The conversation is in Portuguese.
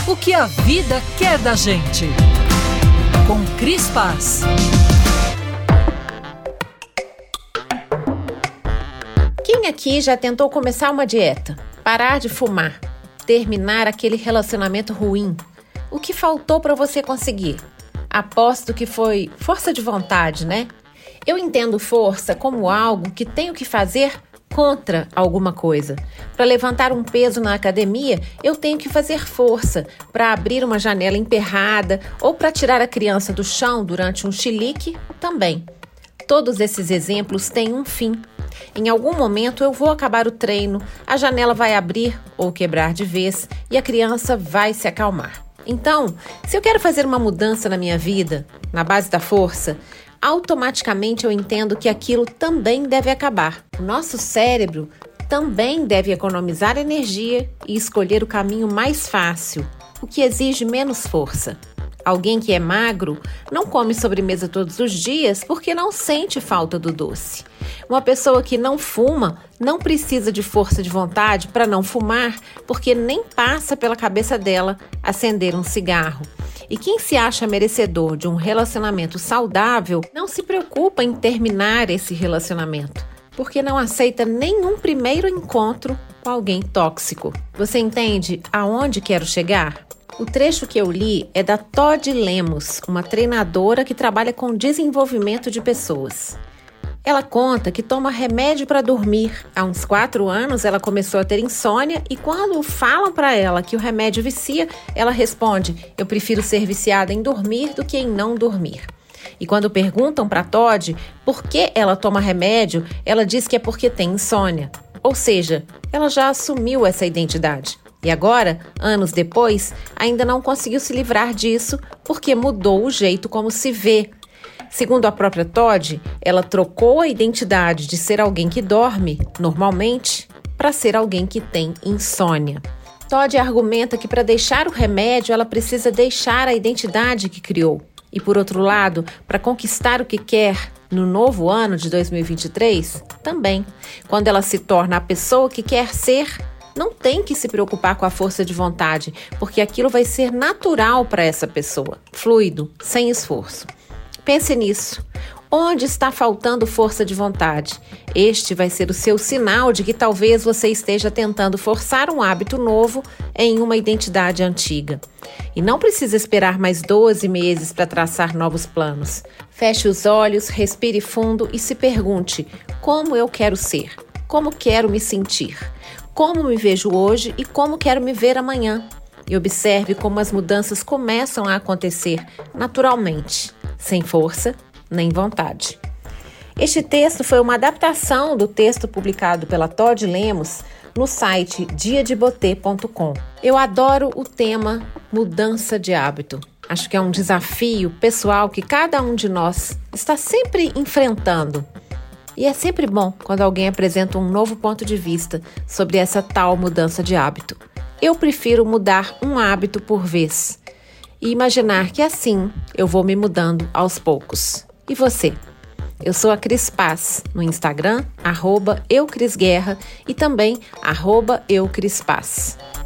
O que a vida quer da gente. Com Cris Paz. Quem aqui já tentou começar uma dieta, parar de fumar, terminar aquele relacionamento ruim? O que faltou para você conseguir? Aposto que foi força de vontade, né? Eu entendo força como algo que tenho que fazer contra alguma coisa. Para levantar um peso na academia, eu tenho que fazer força. Para abrir uma janela emperrada ou para tirar a criança do chão durante um chilique, também. Todos esses exemplos têm um fim. Em algum momento eu vou acabar o treino, a janela vai abrir ou quebrar de vez e a criança vai se acalmar. Então, se eu quero fazer uma mudança na minha vida, na base da força, automaticamente eu entendo que aquilo também deve acabar. O nosso cérebro também deve economizar energia e escolher o caminho mais fácil, o que exige menos força. Alguém que é magro não come sobremesa todos os dias porque não sente falta do doce. Uma pessoa que não fuma não precisa de força de vontade para não fumar porque nem passa pela cabeça dela acender um cigarro. E quem se acha merecedor de um relacionamento saudável não se preocupa em terminar esse relacionamento, porque não aceita nenhum primeiro encontro com alguém tóxico. Você entende aonde quero chegar? O trecho que eu li é da Todd Lemos, uma treinadora que trabalha com desenvolvimento de pessoas. Ela conta que toma remédio para dormir. Há uns 4 anos ela começou a ter insônia e quando falam para ela que o remédio vicia, ela responde: eu prefiro ser viciada em dormir do que em não dormir. E quando perguntam para Todd por que ela toma remédio, ela diz que é porque tem insônia. Ou seja, ela já assumiu essa identidade. E agora, anos depois, ainda não conseguiu se livrar disso porque mudou o jeito como se vê. Segundo a própria Todd, ela trocou a identidade de ser alguém que dorme, normalmente, para ser alguém que tem insônia. Todd argumenta que para deixar o remédio, ela precisa deixar a identidade que criou. E por outro lado, para conquistar o que quer no novo ano de 2023, também. Quando ela se torna a pessoa que quer ser, não tem que se preocupar com a força de vontade, porque aquilo vai ser natural para essa pessoa, fluido, sem esforço. Pense nisso. Onde está faltando força de vontade? Este vai ser o seu sinal de que talvez você esteja tentando forçar um hábito novo em uma identidade antiga. E não precisa esperar mais 12 meses para traçar novos planos. Feche os olhos, respire fundo e se pergunte: como eu quero ser? Como quero me sentir? Como me vejo hoje e como quero me ver amanhã? E observe como as mudanças começam a acontecer naturalmente, sem força nem vontade. Este texto foi uma adaptação do texto publicado pela Todd Lemos no site diadebotê.com. Eu adoro o tema mudança de hábito. Acho que é um desafio pessoal que cada um de nós está sempre enfrentando. E é sempre bom quando alguém apresenta um novo ponto de vista sobre essa tal mudança de hábito. Eu prefiro mudar um hábito por vez e imaginar que assim eu vou me mudando aos poucos. E você? Eu sou a Cris Paz, no Instagram, @eucrisguerra e também @eucrispaz.